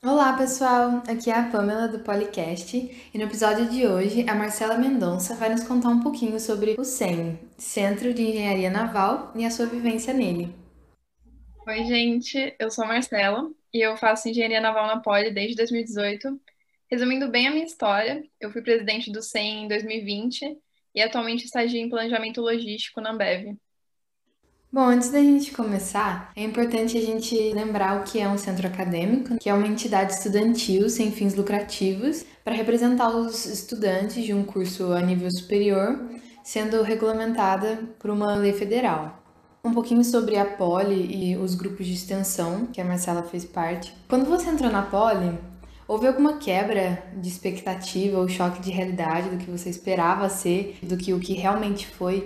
Olá, pessoal! Aqui é a Pamela do Policast e no episódio de hoje a Marcela Mendonça vai nos contar um pouquinho sobre o CEM, Centro de Engenharia Naval, e a sua vivência nele. Oi, gente, eu sou a Marcela e eu faço engenharia naval na Poli desde 2018. Resumindo bem a minha história, eu fui presidente do CEM em 2020 e atualmente estagio em planejamento logístico na Ambev. Bom, antes da gente começar, é importante a gente lembrar o que é um centro acadêmico, que é uma entidade estudantil sem fins lucrativos para representar os estudantes de um curso a nível superior, sendo regulamentada por uma lei federal. Um pouquinho sobre a Poli e os grupos de extensão que a Marcela fez parte. Quando você entrou na Poli, houve alguma quebra de expectativa ou choque de realidade do que você esperava ser, do que o que realmente foi?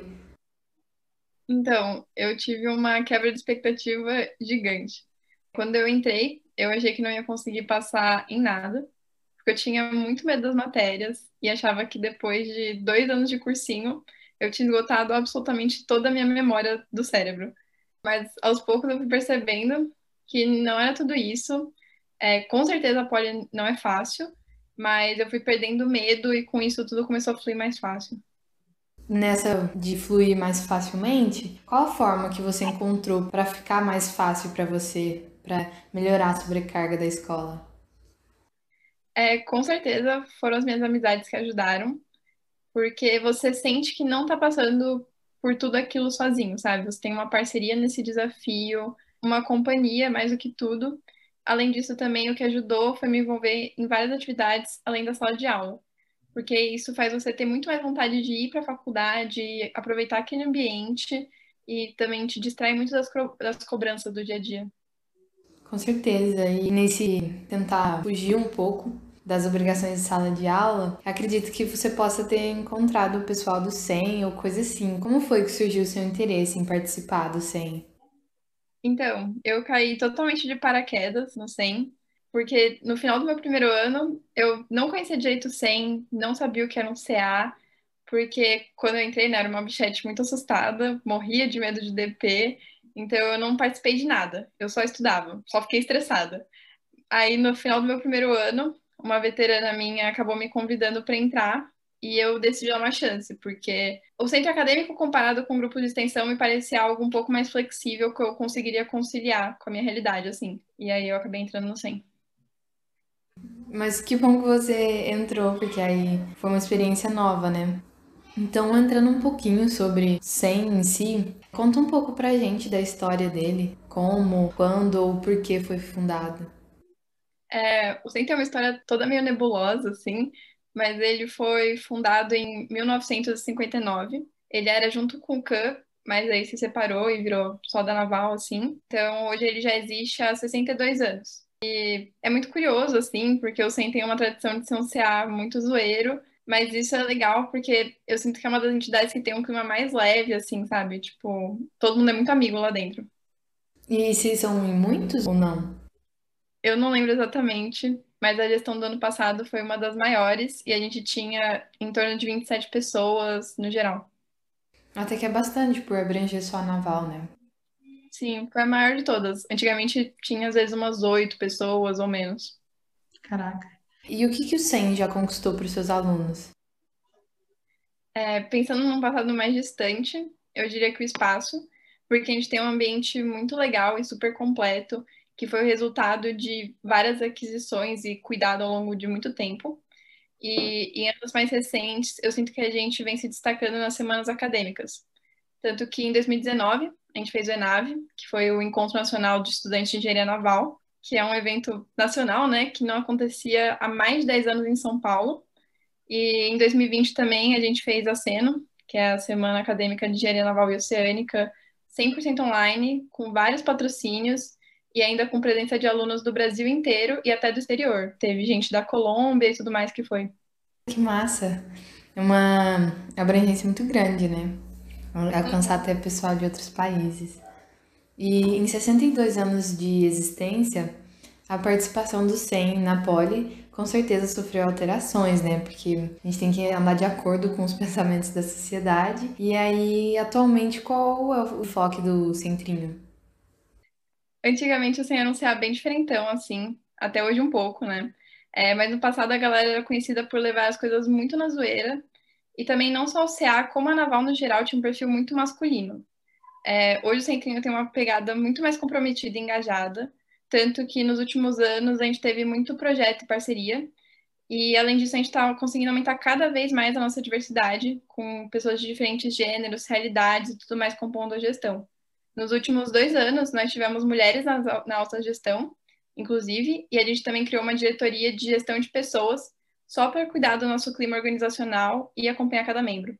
Então, eu tive uma quebra de expectativa gigante. Quando eu entrei, eu achei que não ia conseguir passar em nada, porque eu tinha muito medo das matérias e achava que depois de 2 anos de cursinho, eu tinha esgotado absolutamente toda a minha memória do cérebro. Mas aos poucos eu fui percebendo que não era tudo isso. Com certeza a poli não é fácil, mas eu fui perdendo medo e com isso tudo começou a fluir mais fácil. Nessa de fluir mais facilmente, qual a forma que você encontrou para ficar mais fácil para você, para melhorar a sobrecarga da escola? Com certeza foram as minhas amizades que ajudaram, porque você sente que não tá passando por tudo aquilo sozinho, sabe? Você tem uma parceria nesse desafio, uma companhia mais do que tudo. Além disso, também o que ajudou foi me envolver em várias atividades além da sala de aula, porque isso faz você ter muito mais vontade de ir para a faculdade, aproveitar aquele ambiente e também te distrai muito das cobranças do dia a dia. Com certeza. E nesse tentar fugir um pouco das obrigações de sala de aula, acredito que você possa ter encontrado o pessoal do SEM ou coisa assim. Como foi que surgiu o seu interesse em participar do SEM? Então, eu caí totalmente de paraquedas no SEM, porque no final do meu primeiro ano, eu não conhecia direito o SEM, não sabia o que era um CA, porque quando eu entrei, né, era uma bichete muito assustada, morria de medo de DP, então eu não participei de nada, eu só estudava, só fiquei estressada. Aí, no final do meu primeiro ano, uma veterana minha acabou me convidando para entrar e eu decidi dar uma chance, porque o centro acadêmico, comparado com o grupo de extensão, me parecia algo um pouco mais flexível que eu conseguiria conciliar com a minha realidade, assim. E aí eu acabei entrando no CEM. Mas que bom que você entrou, porque aí foi uma experiência nova, né? Então, entrando um pouquinho sobre SEM em si, conta um pouco pra gente da história dele, como, quando ou por que foi fundado. O CEM tem uma história toda meio nebulosa, assim, mas ele foi fundado em 1959. Ele era junto com o CAN, mas aí se separou e virou só da Naval, assim. Então, hoje ele já existe há 62 anos. É muito curioso, assim, porque o CEM tem uma tradição de ser um CA muito zoeiro, mas isso é legal porque eu sinto que é uma das entidades que tem um clima mais leve, assim, sabe? Tipo, todo mundo é muito amigo lá dentro. E se são em muitos ou não? Eu não lembro exatamente, mas a gestão do ano passado foi uma das maiores e a gente tinha em torno de 27 pessoas no geral. Até que é bastante por abranger só a naval, né? Sim, foi a maior de todas. Antigamente tinha às vezes umas 8 pessoas ou menos. Caraca. E o que o SEM já conquistou para os seus alunos? Pensando num passado mais distante, eu diria que o espaço, porque a gente tem um ambiente muito legal e super completo, que foi o resultado de várias aquisições e cuidado ao longo de muito tempo. E em anos mais recentes, eu sinto que a gente vem se destacando nas semanas acadêmicas. Tanto que em 2019, a gente fez o ENAV, que foi o Encontro Nacional de Estudantes de Engenharia Naval, que é um evento nacional, né, que não acontecia há mais de 10 anos em São Paulo. E em 2020 também a gente fez a SENO, que é a Semana Acadêmica de Engenharia Naval e Oceânica, 100% online, com vários patrocínios e ainda com presença de alunos do Brasil inteiro e até do exterior. Teve gente da Colômbia e tudo mais que foi. Que massa! É uma abrangência muito grande, né? Alcançar até pessoal de outros países. E em 62 anos de existência, a participação do SEM na Poli com certeza sofreu alterações, né? Porque a gente tem que andar de acordo com os pensamentos da sociedade. E aí, atualmente, qual é o foco do centrinho? Antigamente, assim, era um CA bem diferentão, assim. até hoje um pouco, né? Mas no passado a galera era conhecida por levar as coisas muito na zoeira, e também não só o CA, como a Naval no geral tinha um perfil muito masculino. Hoje o Centrinho tem uma pegada muito mais comprometida e engajada, tanto que nos últimos anos a gente teve muito projeto e parceria, e além disso a gente está conseguindo aumentar cada vez mais a nossa diversidade, com pessoas de diferentes gêneros, realidades e tudo mais compondo a gestão. Nos últimos 2 anos nós tivemos mulheres na alta gestão, inclusive, e a gente também criou uma diretoria de gestão de pessoas só para cuidar do nosso clima organizacional e acompanhar cada membro.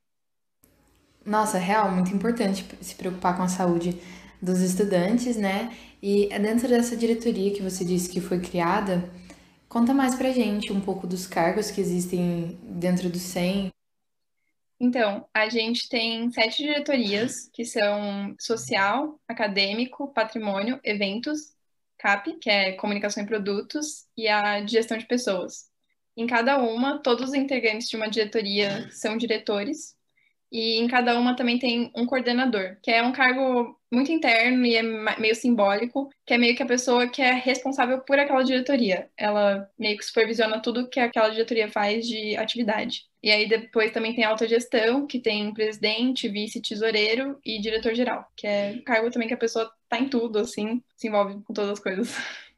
Nossa, real, muito importante se preocupar com a saúde dos estudantes, né? E dentro dessa diretoria que você disse que foi criada, conta mais pra gente um pouco dos cargos que existem dentro do SEM. Então, a gente tem 7 diretorias, que são social, acadêmico, patrimônio, eventos, CAP, que é comunicação e produtos, e a de gestão de pessoas. Em cada uma, todos os integrantes de uma diretoria são diretores, e em cada uma também tem um coordenador, que é um cargo muito interno e é meio simbólico, que é meio que a pessoa que é responsável por aquela diretoria. Ela meio que supervisiona tudo que aquela diretoria faz de atividade. E aí depois também tem a autogestão, que tem presidente, vice, tesoureiro e diretor-geral, que é um cargo também que a pessoa tá em tudo, assim, se envolve com todas as coisas.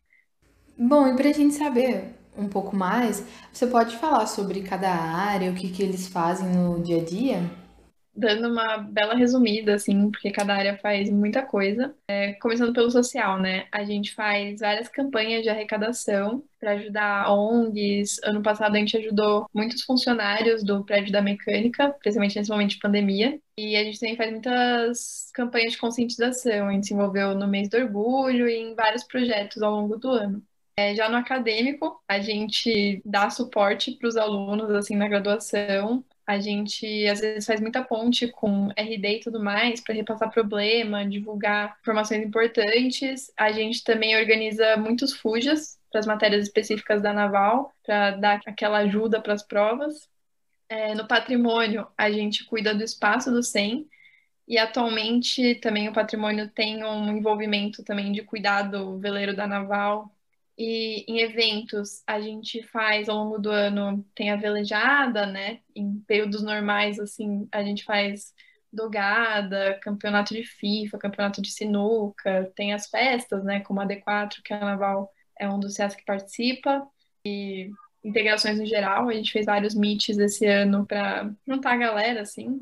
Bom, e pra gente saber um pouco mais, você pode falar sobre cada área, o que que eles fazem no dia a dia? Dando uma bela resumida, assim, porque cada área faz muita coisa. Começando pelo social, né? A gente faz várias campanhas de arrecadação para ajudar ONGs. Ano passado a gente ajudou muitos funcionários do prédio da mecânica, principalmente nesse momento de pandemia. E a gente também faz muitas campanhas de conscientização. A gente se envolveu no mês do orgulho e em vários projetos ao longo do ano. Já no acadêmico, a gente dá suporte para os alunos, assim, na graduação. A gente, às vezes, faz muita ponte com RD e tudo mais para repassar problema, divulgar informações importantes. A gente também organiza muitos fujas para as matérias específicas da Naval, para dar aquela ajuda para as provas. No patrimônio, a gente cuida do espaço do SEM, e atualmente também o patrimônio tem um envolvimento também de cuidar do veleiro da Naval. E em eventos, a gente faz ao longo do ano, tem a velejada, né? Em períodos normais, assim, a gente faz dogada, campeonato de FIFA, campeonato de sinuca, tem as festas, né? Como a D4, que a Naval é um dos CEAs que participa, integrações no geral. A gente fez vários meets esse ano para juntar a galera, assim.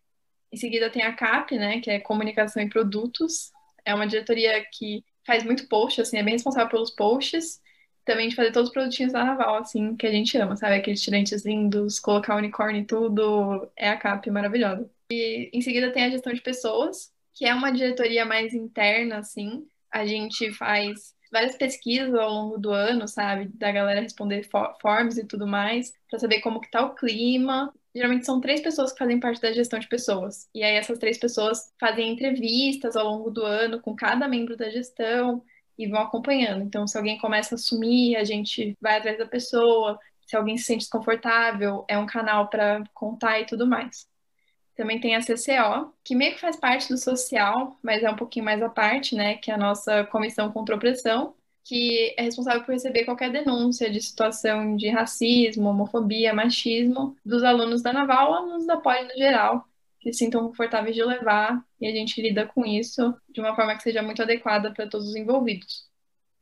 Em seguida tem a CAP, né, que é Comunicação e Produtos. É uma diretoria que faz muito post, assim, é bem responsável pelos posts. Também de fazer todos os produtinhos da Naval, assim, que a gente ama, sabe? Aqueles tirantes lindos, colocar unicórnio e tudo. É a CAP maravilhosa. E em seguida tem a gestão de pessoas, que é uma diretoria mais interna, assim. A gente faz várias pesquisas ao longo do ano, sabe? Da galera responder forms e tudo mais, para saber como que tá o clima. Geralmente são 3 pessoas que fazem parte da gestão de pessoas. E aí essas 3 pessoas fazem entrevistas ao longo do ano com cada membro da gestão e vão acompanhando. Então, se alguém começa a sumir, a gente vai atrás da pessoa. Se alguém se sente desconfortável, é um canal para contar e tudo mais. Também tem a CCO, que meio que faz parte do social, mas é um pouquinho mais à parte, né? Que é a nossa Comissão contra a Opressão, que é responsável por receber qualquer denúncia de situação de racismo, homofobia, machismo dos alunos da Naval ou alunos da Poli no geral, que se sintam confortáveis de levar, e a gente lida com isso de uma forma que seja muito adequada para todos os envolvidos.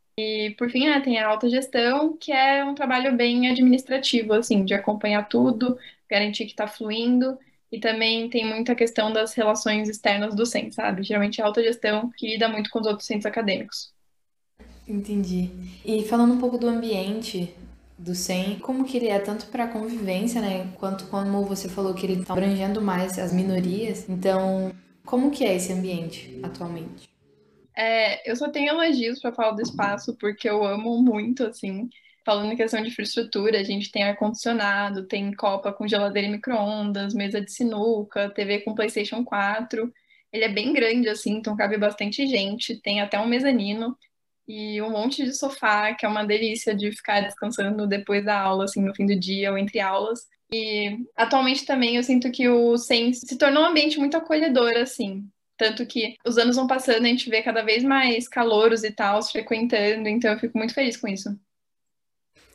E, por fim, né, tem a autogestão, que é um trabalho bem administrativo, assim, de acompanhar tudo, garantir que está fluindo, e também tem muita questão das relações externas do SEM, sabe? Geralmente é a autogestão que lida muito com os outros centros acadêmicos. Entendi. E falando um pouco do ambiente do SEM, como que ele é tanto para a convivência, né, quanto como você falou que ele está abrangendo mais as minorias. Então, como que é esse ambiente atualmente? Eu só tenho elogios para falar do espaço, porque eu amo muito, assim. Falando em questão de infraestrutura, a gente tem ar-condicionado, tem copa com geladeira e micro-ondas, mesa de sinuca, TV com PlayStation 4. Ele é bem grande, assim, então cabe bastante gente. Tem até um mezanino e um monte de sofá, que é uma delícia de ficar descansando depois da aula, assim, no fim do dia ou entre aulas. E atualmente também eu sinto que o SEM se tornou um ambiente muito acolhedor, assim. Tanto que os anos vão passando, a gente vê cada vez mais calouros e tal frequentando, então eu fico muito feliz com isso.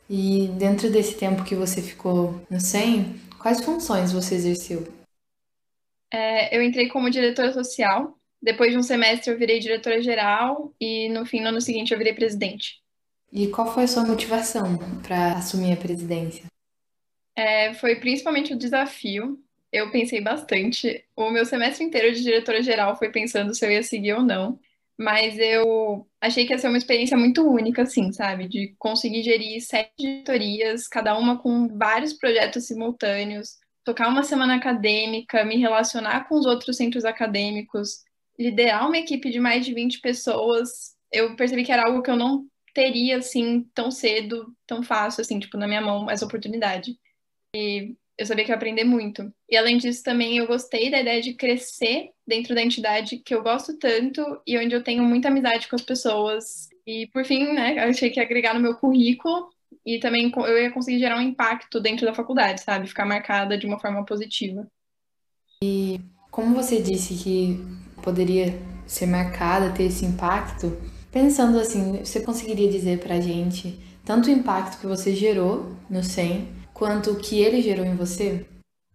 E dentro desse tempo que você ficou no SEM, quais funções você exerceu? Eu entrei como diretora social, depois de um semestre eu virei diretora geral e no fim, no ano seguinte, eu virei presidente. E qual foi a sua motivação para assumir a presidência? Foi principalmente o desafio. Eu pensei bastante. O meu semestre inteiro de diretora geral foi pensando se eu ia seguir ou não. Mas eu achei que ia ser uma experiência muito única, assim, sabe? De conseguir gerir 7 diretorias, cada uma com vários projetos simultâneos, tocar uma semana acadêmica, me relacionar com os outros centros acadêmicos, liderar uma equipe de mais de 20 pessoas. Eu percebi que era algo que eu não teria, assim, tão cedo, tão fácil, assim, tipo, na minha mão, essa oportunidade. Eu sabia que ia aprender muito. E além disso, também eu gostei da ideia de crescer dentro da entidade que eu gosto tanto e onde eu tenho muita amizade com as pessoas. E por fim, né, eu achei que ia agregar no meu currículo e também eu ia conseguir gerar um impacto dentro da faculdade, sabe? Ficar marcada de uma forma positiva. Como você disse que poderia ser marcada, ter esse impacto, pensando assim, você conseguiria dizer pra gente tanto o impacto que você gerou no SEM, quanto o que ele gerou em você?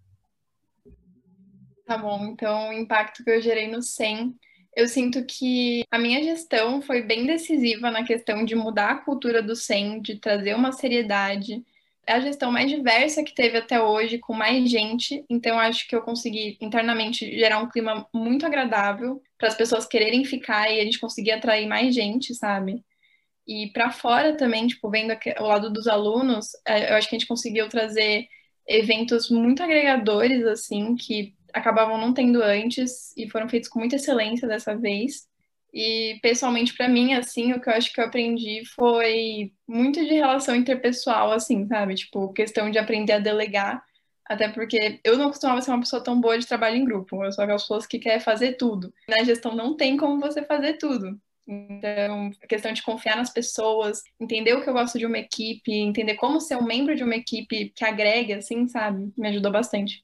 Tá bom, então o impacto que eu gerei no SEM, eu sinto que a minha gestão foi bem decisiva na questão de mudar a cultura do SEM, de trazer uma seriedade. É a gestão mais diversa que teve até hoje, com mais gente, então eu acho que eu consegui internamente gerar um clima muito agradável para as pessoas quererem ficar e a gente conseguir atrair mais gente, sabe? E para fora também, tipo, vendo o lado dos alunos, eu acho que a gente conseguiu trazer eventos muito agregadores, assim, que acabavam não tendo antes e foram feitos com muita excelência dessa vez. E pessoalmente para mim, assim, o que eu acho que eu aprendi foi muito de relação interpessoal, assim, sabe? Tipo, questão de aprender a delegar, até porque eu não costumava ser uma pessoa tão boa de trabalho em grupo. Eu sou aquelas pessoas que quer fazer tudo. Na gestão não tem como você fazer tudo. Então, a questão de confiar nas pessoas, entender o que eu gosto de uma equipe, entender como ser um membro de uma equipe que agrega, assim, sabe? Me ajudou bastante.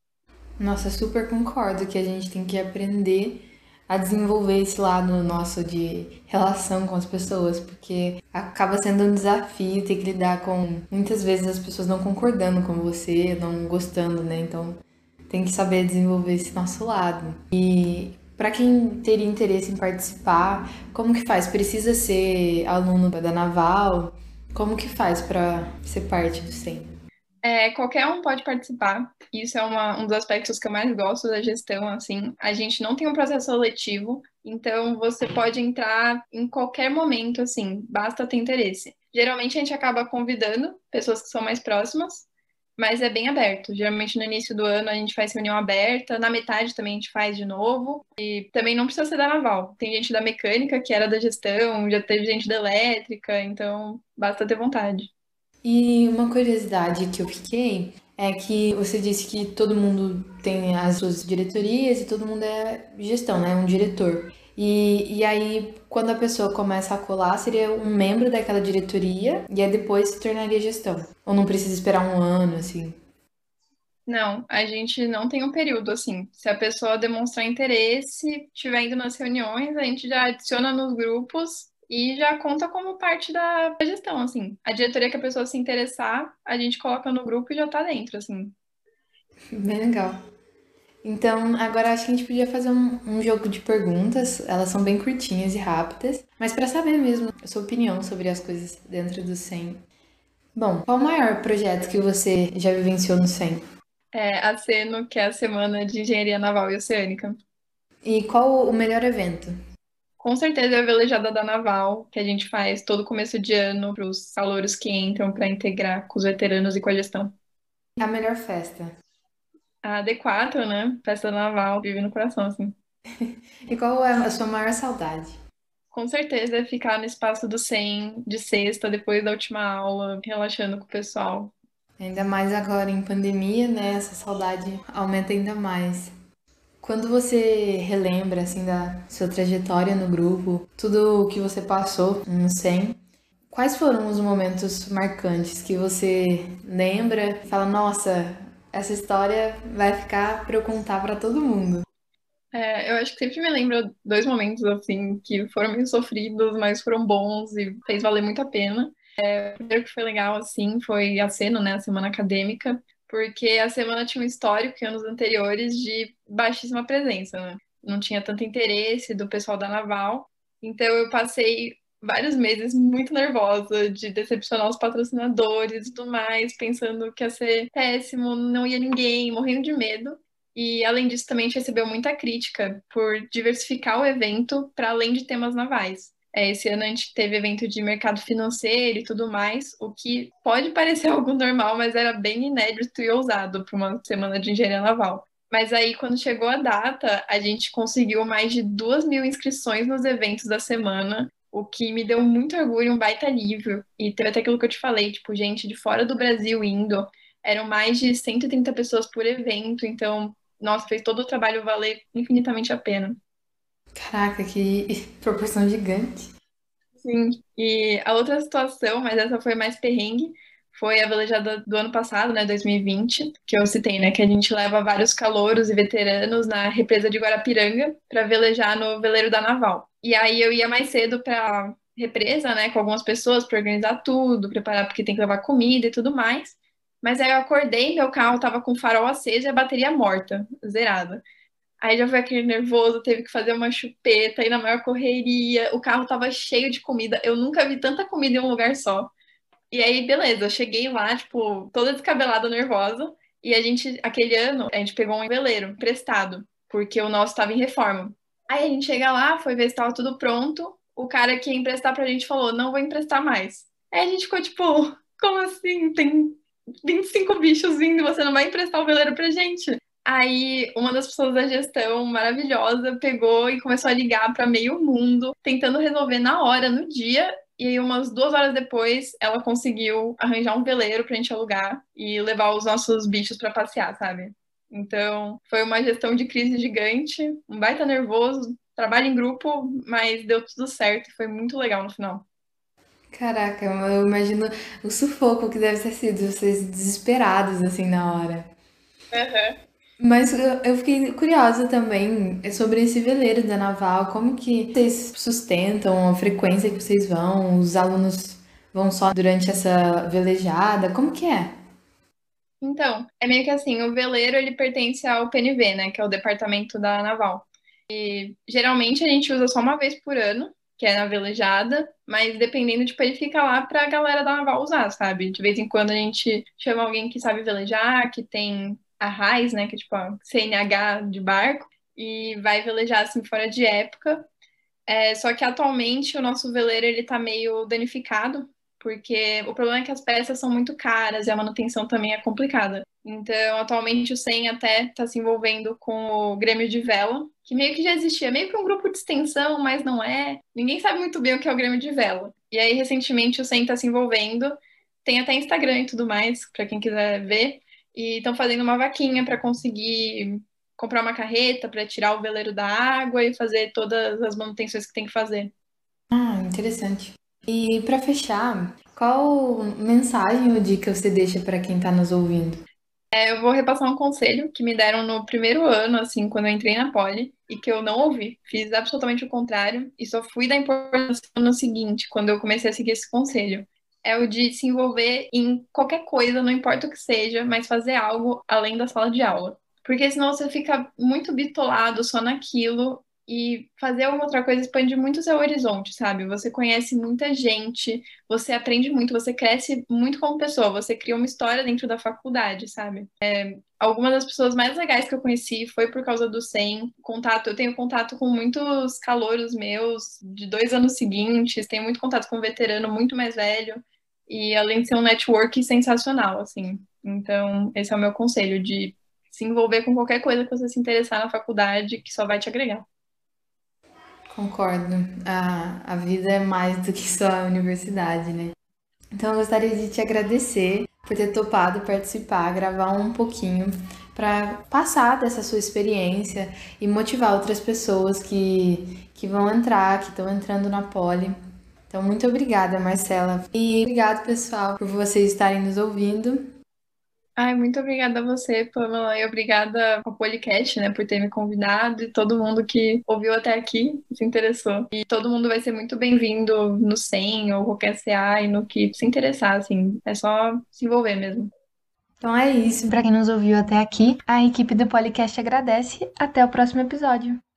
Nossa, super concordo que a gente tem que aprender a desenvolver esse lado nosso de relação com as pessoas, porque acaba sendo um desafio ter que lidar com muitas vezes as pessoas não concordando com você, não gostando, né? Então tem que saber desenvolver esse nosso lado. E para quem teria interesse em participar, como que faz? Precisa ser aluno da Naval? Como que faz para ser parte do SEM? Qualquer um pode participar. Isso é um dos aspectos que eu mais gosto da gestão, assim. A gente não tem um processo seletivo, então você pode entrar em qualquer momento, assim, basta ter interesse. Geralmente a gente acaba convidando pessoas que são mais próximas, mas é bem aberto. Geralmente no início do ano a gente faz reunião aberta, na metade também a gente faz de novo. E também não precisa ser da naval. Tem gente da mecânica que era da gestão, já teve gente da elétrica, então basta ter vontade. E uma curiosidade que eu fiquei é que você disse que todo mundo tem as suas diretorias e todo mundo é gestão, né? Um diretor. E aí, quando a pessoa começa a colar, seria um membro daquela diretoria e aí depois se tornaria gestão. Ou não precisa esperar um ano, assim. Não, a gente não tem um período assim. Se a pessoa demonstrar interesse, estiver indo nas reuniões, a gente já adiciona nos grupos e já conta como parte da gestão, assim. A diretoria que a pessoa se interessar, a gente coloca no grupo e já tá dentro, assim. Bem legal. Então, agora acho que a gente podia fazer um jogo de perguntas. Elas são bem curtinhas e rápidas, mas para saber mesmo a sua opinião sobre as coisas dentro do SEM. Bom, qual o maior projeto que você já vivenciou no SEM? A SENO, que é a Semana de Engenharia Naval e Oceânica. E qual o melhor evento? Com certeza é a velejada da Naval, que a gente faz todo começo de ano para os calouros que entram para integrar com os veteranos e com a gestão. A melhor festa? A D4, né? Festa naval, vive no coração, assim. E qual é a sua maior saudade? Com certeza é ficar no espaço do 100 de sexta, depois da última aula, relaxando com o pessoal. Ainda mais agora em pandemia, né? Essa saudade aumenta ainda mais. Quando você relembra, assim, da sua trajetória no grupo, tudo o que você passou no SEM, quais foram os momentos marcantes que você lembra e fala, nossa, essa história vai ficar pra eu contar pra todo mundo? Eu acho que sempre me lembro dois momentos, assim, que foram meio sofridos, mas foram bons e fez valer muito a pena. O primeiro que foi legal, assim, foi a Seno, né, a semana acadêmica, porque a semana tinha um histórico em anos anteriores de baixíssima presença, né? Não tinha tanto interesse do pessoal da Naval, então eu passei vários meses muito nervosa de decepcionar os patrocinadores e tudo mais, pensando que ia ser péssimo, não ia ninguém, morrendo de medo. E além disso, também a gente recebeu muita crítica por diversificar o evento para além de temas navais. Esse ano a gente teve evento de mercado financeiro e tudo mais, o que pode parecer algo normal, mas era bem inédito e ousado para uma semana de engenharia naval. Mas aí, quando chegou a data, a gente conseguiu mais de 2.000 inscrições nos eventos da semana, o que me deu muito orgulho, um baita alívio. E teve até aquilo que eu te falei, tipo, gente de fora do Brasil indo. Eram mais de 130 pessoas por evento, então, nossa, fez todo o trabalho valer infinitamente a pena. Caraca, que proporção gigante. Sim, e a outra situação, mas essa foi mais perrengue, foi a velejada do ano passado, né, 2020, que eu citei, né, que a gente leva vários calouros e veteranos na represa de Guarapiranga para velejar no veleiro da Naval. E aí eu ia mais cedo para represa, né, com algumas pessoas para organizar tudo, preparar porque tem que levar comida e tudo mais. Mas aí eu acordei, meu carro tava com o farol aceso e a bateria morta, zerada. Aí já foi aquele nervoso, teve que fazer uma chupeta, aí na maior correria, o carro tava cheio de comida. Eu nunca vi tanta comida em um lugar só. E aí, beleza, eu cheguei lá, tipo, toda descabelada, nervosa. E a gente, aquele ano, a gente pegou um veleiro emprestado, porque o nosso tava em reforma. Aí a gente chega lá, foi ver se tava tudo pronto. O cara que ia emprestar pra gente falou: não vou emprestar mais. Aí a gente ficou tipo: como assim? Tem 25 bichos vindo e você não vai emprestar o veleiro pra gente? Aí uma das pessoas da gestão maravilhosa pegou e começou a ligar para meio mundo, tentando resolver na hora, no dia. E aí, umas 2 horas depois, ela conseguiu arranjar um veleiro pra gente alugar e levar os nossos bichos para passear, sabe? Então, foi uma gestão de crise gigante, um baita nervoso, trabalho em grupo, mas deu tudo certo e foi muito legal no final. Caraca, eu imagino o sufoco que deve ter sido, vocês desesperados assim na hora. Uhum. Mas eu fiquei curiosa também sobre esse veleiro da Naval, como que vocês sustentam a frequência que vocês vão, os alunos vão só durante essa velejada, como que é? Então, é meio que assim, o veleiro ele pertence ao PNV, né, que é o Departamento da Naval. Geralmente a gente usa só uma vez por ano, que é na velejada, mas dependendo, tipo, ele fica lá pra galera da Naval usar, sabe? De vez em quando a gente chama alguém que sabe velejar, que tem a RAIS, né, que é tipo a CNH de barco, e vai velejar assim fora de época. Só que atualmente o nosso veleiro ele tá meio danificado, porque o problema é que as peças são muito caras e a manutenção também é complicada. Então, atualmente o SEM até está se envolvendo com o Grêmio de Vela, que meio que já existia, meio que um grupo de extensão, mas não é. Ninguém sabe muito bem o que é o Grêmio de Vela. E aí, recentemente, o SEM está se envolvendo, tem até Instagram e tudo mais, para quem quiser ver, e estão fazendo uma vaquinha para conseguir comprar uma carreta para tirar o veleiro da água e fazer todas as manutenções que tem que fazer. Ah, interessante. E para fechar, qual mensagem ou dica você deixa para quem está nos ouvindo? Eu vou repassar um conselho que me deram no primeiro ano, assim, quando eu entrei na Poli, e que eu não ouvi. Fiz absolutamente o contrário e só fui dar importância no seguinte, quando eu comecei a seguir esse conselho. É o de se envolver em qualquer coisa, não importa o que seja, mas fazer algo além da sala de aula. Porque senão você fica muito bitolado só naquilo e fazer alguma outra coisa expande muito o seu horizonte, sabe? Você conhece muita gente, você aprende muito, você cresce muito como pessoa, você cria uma história dentro da faculdade, sabe? Algumas das pessoas mais legais que eu conheci foi por causa do SEM. Contato, eu tenho contato com muitos calouros meus de 2 anos seguintes, tenho muito contato com um veterano muito mais velho, e além de ser um network sensacional, assim. Então, esse é o meu conselho, de se envolver com qualquer coisa que você se interessar na faculdade, que só vai te agregar. Concordo. A vida é mais do que só a universidade, né? Então eu gostaria de te agradecer por ter topado participar, gravar um pouquinho para passar dessa sua experiência e motivar outras pessoas que vão entrar, que estão entrando na Poli. Então, muito obrigada, Marcela. E obrigado, pessoal, por vocês estarem nos ouvindo. Ai, muito obrigada a você, Pamela, e obrigada ao podcast, né, por ter me convidado e todo mundo que ouviu até aqui se interessou. E todo mundo vai ser muito bem-vindo no SEM ou qualquer CA e no que se interessar, assim, é só se envolver mesmo. Então é isso. Para quem nos ouviu até aqui, a equipe do Policast agradece. Até o próximo episódio.